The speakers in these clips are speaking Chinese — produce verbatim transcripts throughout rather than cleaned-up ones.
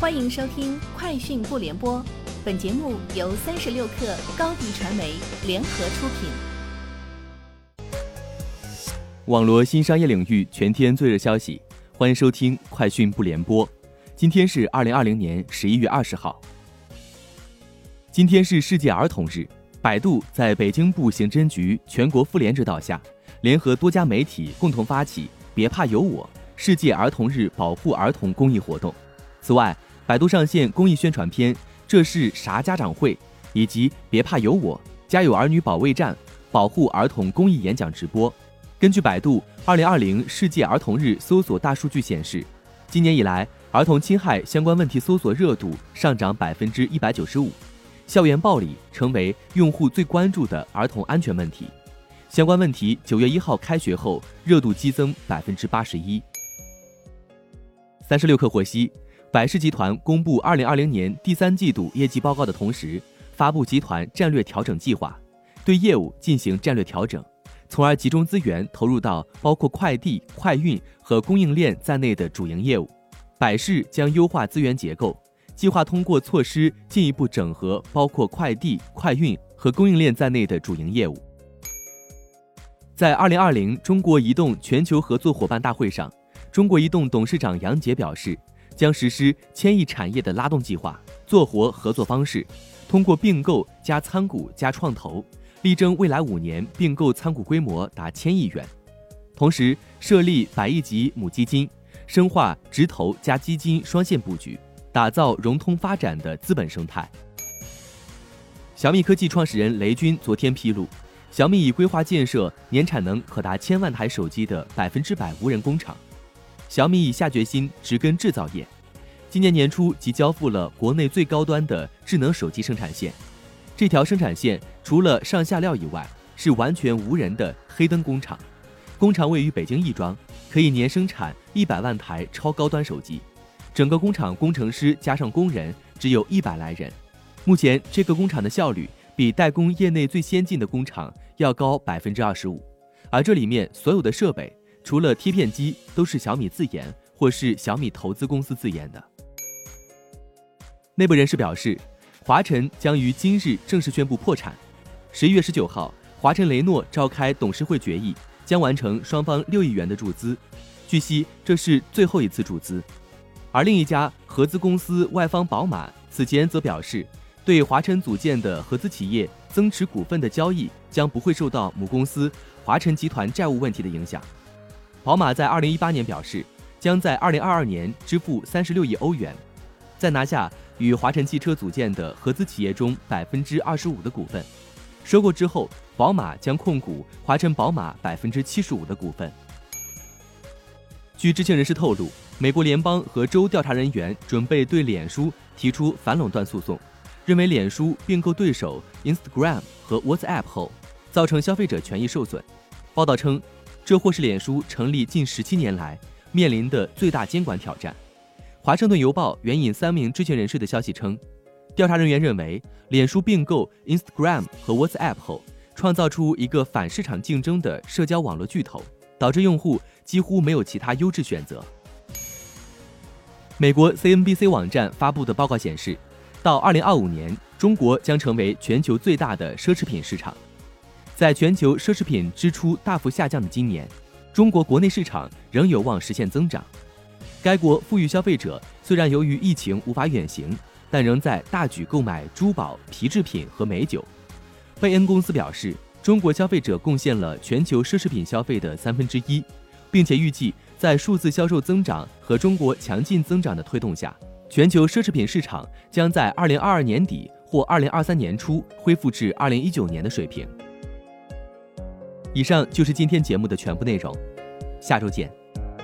欢迎收听快讯不联播，本节目由三十六克高低传媒联合出品。 网罗新商业领域全天最热消息，欢迎收听快讯不联播。今天是二零二零年十一月二十号。今天是世界儿童日，百度在北京部刑侦局全国妇联指导下，联合多家媒体共同发起“别怕有我”世界儿童日保护儿童公益活动。此外，百度上线公益宣传片《这是啥家长会》以及《别怕有我，家有儿女保卫战》保护儿童公益演讲直播。根据百度二零二零世界儿童日搜索大数据显示，今年以来儿童侵害相关问题搜索热度上涨百分之一百九十五，校园暴力成为用户最关注的儿童安全问题。相关问题九月一号开学后热度激增百分之八十一。三十六氪获悉，百世集团公布二零二零年第三季度业绩报告的同时，发布集团战略调整计划，对业务进行战略调整，从而集中资源投入到包括快递、快运和供应链在内的主营业务。百世将优化资源结构，计划通过措施进一步整合包括快递、快运和供应链在内的主营业务。在二零二零中国移动全球合作伙伴大会上，中国移动董事长杨杰表示，将实施千亿产业的拉动计划，做活合作方式，通过并购加参股加创投，力争未来五年并购参股规模达千亿元。同时设立百亿级母基金，深化直投加基金双线布局，打造融通发展的资本生态。小米科技创始人雷军昨天披露，小米已规划建设年产能可达千万台手机的百分之百无人工厂。小米已下决心植根制造业，今年年初即交付了国内最高端的智能手机生产线。这条生产线除了上下料以外，是完全无人的黑灯工厂。工厂位于北京亦庄，可以年生产一百万台超高端手机。整个工厂工程师加上工人只有一百来人。目前这个工厂的效率比代工业内最先进的工厂要高百分之二十五，而这里面所有的设备，除了贴片机，都是小米自研或是小米投资公司自研的。内部人士表示，华晨将于今日正式宣布破产。十一月十九号，华晨雷诺召开董事会决议，将完成双方六亿元的注资。据悉，这是最后一次注资。而另一家合资公司外方宝马此前则表示，对华晨组建的合资企业增持股份的交易将不会受到母公司华晨集团债务问题的影响。宝马在二零一八年表示，将在二零二二年支付三十六亿欧元，再拿下与华晨汽车组建的合资企业中百分之二十五的股份。收购之后，宝马将控股华晨宝马百分之七十五的股份。据知情人士透露，美国联邦和州调查人员准备对脸书提出反垄断诉讼，认为脸书并购对手 Instagram 和 WhatsApp 后，造成消费者权益受损。报道称，这或是脸书成立近十七年来面临的最大监管挑战。华盛顿邮报援引三名知情人士的消息称，调查人员认为，脸书并购 Instagram 和 WhatsApp 后，创造出一个反市场竞争的社交网络巨头，导致用户几乎没有其他优质选择。美国 C N B C 网站发布的报告显示，到二零二五年，中国将成为全球最大的奢侈品市场。在全球奢侈品支出大幅下降的今年，中国国内市场仍有望实现增长。该国富裕消费者虽然由于疫情无法远行，但仍在大举购买珠宝、皮制品和美酒。贝恩公司表示，中国消费者贡献了全球奢侈品消费的三分之一，并且预计在数字销售增长和中国强劲增长的推动下，全球奢侈品市场将在二零二二年底或二零二三年初恢复至二零一九年的水平。以上就是今天节目的全部内容，下周见。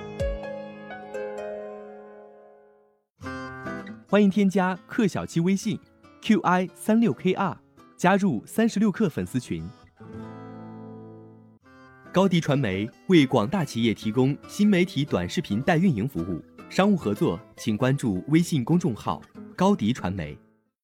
欢迎添加克小七微信 Q I 三六 K R， 加入三十六氪粉丝群。高迪传媒为广大企业提供新媒体短视频代运营服务，商务合作请关注微信公众号高迪传媒。